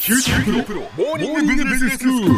プロモーニングビジネススクール。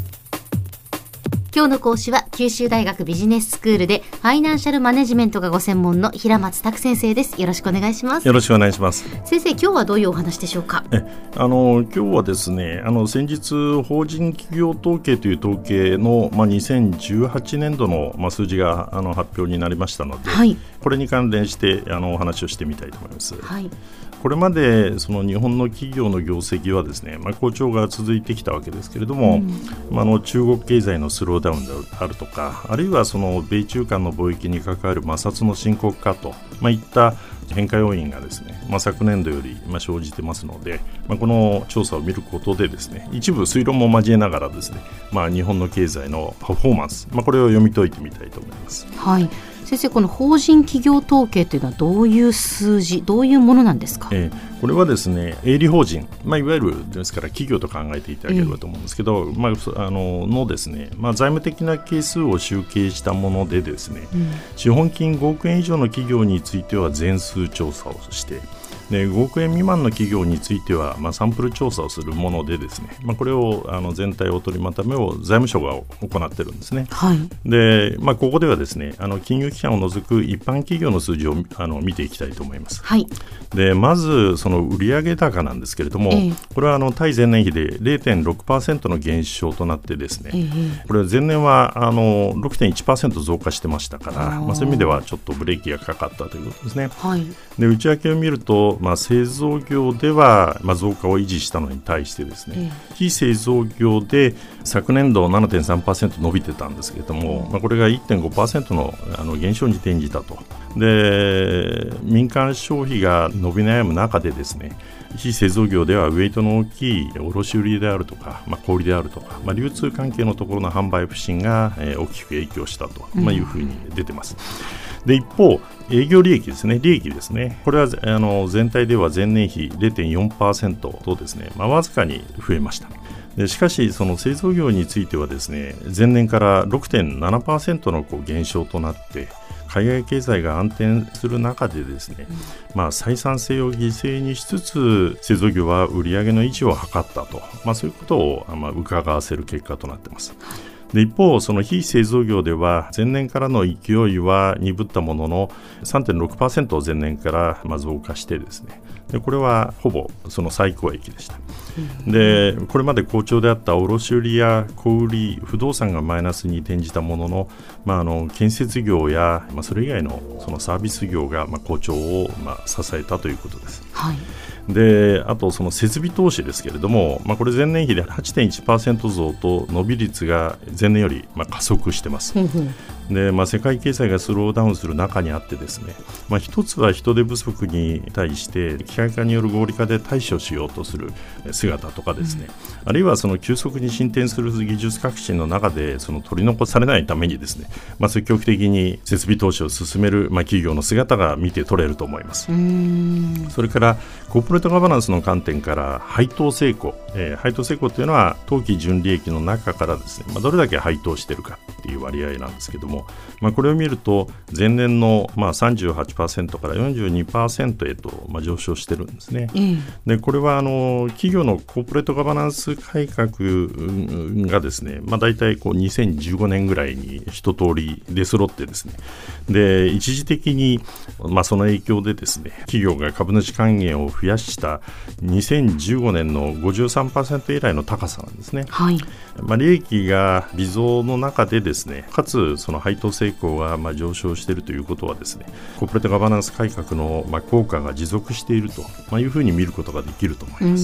今日の講師は九州大学ビジネススクールでファイナンシャルマネジメントがご専門の平松卓先生です。よろしくお願いします。 よろしくお願いします。 先生、今日はどういうお話でしょうか？ 今日はですね、先日法人企業統計という統計の、2018年度の、数字が発表になりましたので、はい、これに関連してお話をしてみたいと思います。はい、これまでその日本の企業の業績はですね、好調が続いてきたわけですけれども、中国経済のスローダウンであるとか、あるいはその米中間の貿易に関わる摩擦の深刻化と、いった変化要因がですね、昨年度より生じてますので、この調査を見ることでですね、一部推論も交えながらですね、日本の経済のパフォーマンス、これを読み解いてみたいと思います。 はい、先生、この法人企業統計というのはどういう数字、どういうものなんですか？ これはですね、営利法人、いわゆるですから企業と考えていただければと思うんですけど、のですね、財務的な係数を集計したものでですね、資本金5億円以上の企業については全数調査をして、で5億円未満の企業については、サンプル調査をするものでですね、これを全体を取りまとめを財務省が行っているんですね。はい、でここではですね、金融機関を除く一般企業の数字を見ていきたいと思います。はい、でまずその売上高なんですけれども、これは対前年比で 0.6% の減少となってですね、これは前年は6.1% 増加してましたから、そういう意味ではちょっとブレーキがかかったということですね。はい、で内訳を見ると、製造業では増加を維持したのに対してですね、非製造業で昨年度 7.3% 伸びてたんですけれども、これが 1.5% の減少に転じたと。で民間消費が伸び悩む中でですね、非製造業ではウェイトの大きい卸売であるとか、小売であるとか、流通関係のところの販売不振が大きく影響したというふうに出てます。で一方、営業利益ですね、これは全体では前年比 0.4% とですね、わずかに増えました。でしかしその製造業についてはですね、前年から 6.7% の減少となって、海外経済が安定する中でですね、採算性を犠牲にしつつ製造業は売上の維持を図ったと、そういうことを伺わせる結果となっています。で一方、その非製造業では前年からの勢いは鈍ったものの 3.6% を前年から増加してですね、でこれはほぼその最高益でした。でこれまで好調であった卸売や小売、不動産がマイナスに転じたものの、建設業や、それ以外のそのサービス業が好調を支えたということです。はい、であとその設備投資ですけれども、これ前年比で 8.1% 増と伸び率が前年より加速してます。で世界経済がスローダウンする中にあってですね、一つは人手不足に対して機械化による合理化で対処しようとする姿とかですね、あるいはその急速に進展する技術革新の中でその取り残されないためにですね、積極的に設備投資を進める企業の姿が見て取れると思います。それからコーポレートガバナンスの観点から配当成功、配当成功というのは当期純利益の中からですね、どれだけ配当しているかっていう割合なんですけども、これを見ると前年の38% から 42% へと上昇してるんですね。でこれは企業のコーポレートガバナンス改革がですね、だいたい2015年ぐらいに一通り出揃ってですね、で一時的にその影響でですね、企業が株主還元を増やした2015年の 53% 以来の高さなんですね。はい、利益が微増の中でですね、かつその配当成功が上昇しているということはですね、コーポレートガバナンス改革の効果が持続しているというふうに見ることができると思います。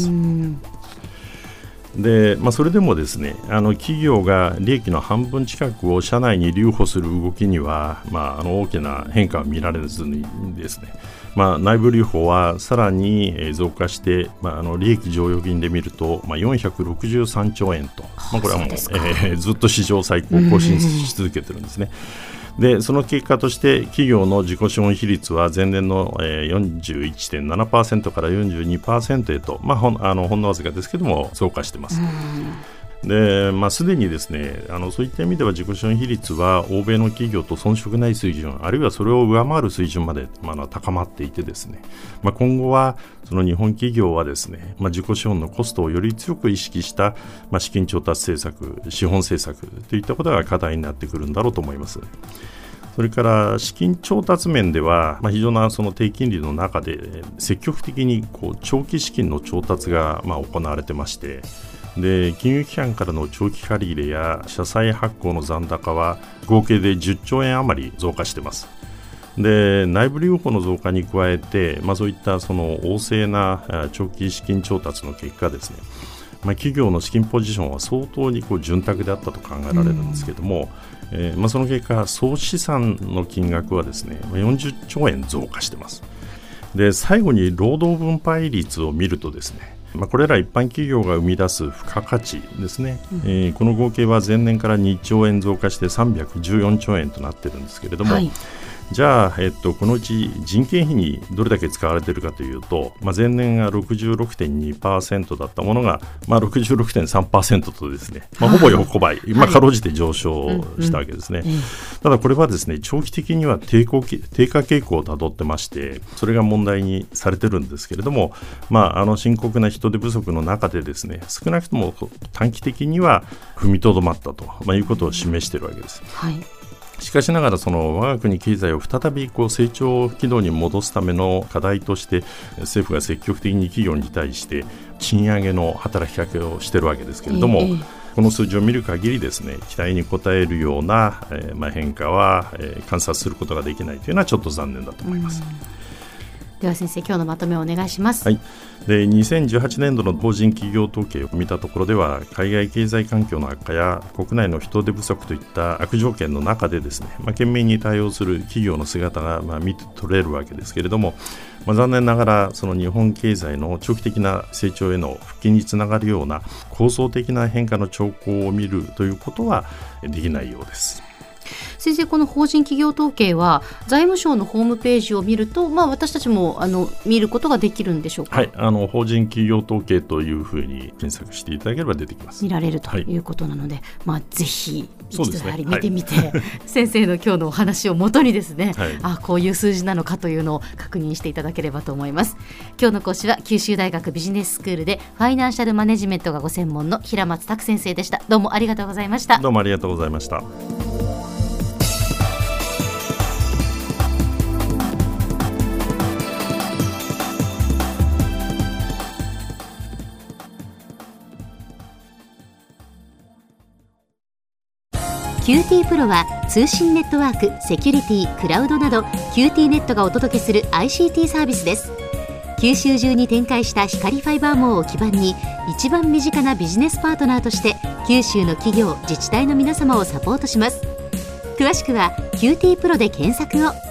でそれでもですね、企業が利益の半分近くを社内に留保する動きには、大きな変化は見られずにですね、内部留保はさらに増加して、利益剰余金で見ると、463兆円と、これはもう、ずっと史上最高を更新し続けてるんですね。でその結果として企業の自己資本比率は前年の 41.7% から 42% へと、ほんのわずかですけども増加しています。 で、すでにですね、そういった意味では自己資本比率は欧米の企業と遜色ない水準、あるいはそれを上回る水準まで、高まっていてですね、今後はその日本企業はですね、自己資本のコストをより強く意識した、資金調達政策、資本政策といったことが課題になってくるんだろうと思います。それから資金調達面では、非常なその低金利の中で積極的に長期資金の調達が行われてまして、で金融機関からの長期借り入れや社債発行の残高は合計で10兆円余り増加しています。で内部留保の増加に加えて、そういったその旺盛な長期資金調達の結果ですね、企業の資金ポジションは相当に潤沢であったと考えられるんですけども、その結果総資産の金額はですね40兆円増加しています。で最後に労働分配率を見るとですね、これら一般企業が生み出す付加価値ですね、この合計は前年から2兆円増加して314兆円となっているんですけれども、じゃあ、このうち人件費にどれだけ使われているかというと、前年が 66.2% だったものが、66.3% とですね、ほぼ横ばい、かろうじて上昇したわけですね。ただこれはですね、長期的には低下傾向をたどってまして、それが問題にされてるんですけれども、深刻な人手不足の中でですね、少なくとも短期的には踏みとどまったと、いうことを示しているわけです。しかしながらその我が国経済を再び成長軌道に戻すための課題として政府が積極的に企業に対して賃上げの働きかけをしているわけですけれども、この数字を見る限りですね、期待に応えるような変化は観察することができないというのはちょっと残念だと思います。 では先生、今日のまとめをお願いします。 で2018年度の法人企業統計を見たところでは、海外経済環境の悪化や国内の人手不足といった悪条件の中でですね、懸命に対応する企業の姿が見て取れるわけですけれども、残念ながらその日本経済の長期的な成長への復帰につながるような構造的な変化の兆候を見るということはできないようです。 先生、この法人企業統計は財務省のホームページを見ると、私たちも見ることができるんでしょうか。 法人企業統計というふうに検索していただければ出てきます。 見られるということなので、ぜひ一度やはり見てみて、先生の今日のお話をもとにですね、こういう数字なのかというのを確認していただければと思います。今日の講師は九州大学ビジネススクールでファイナンシャルマネジメントがご専門の平松卓先生でした。どうもありがとうございました。 どうもありがとうございました。 QT プロは通信ネットワーク、セキュリティ、クラウドなど QT ネットがお届けする ICT サービスです。九州中に展開した光ファイバー網を基盤に、一番身近なビジネスパートナーとして九州の企業、自治体の皆様をサポートします。詳しくは QT プロで検索を。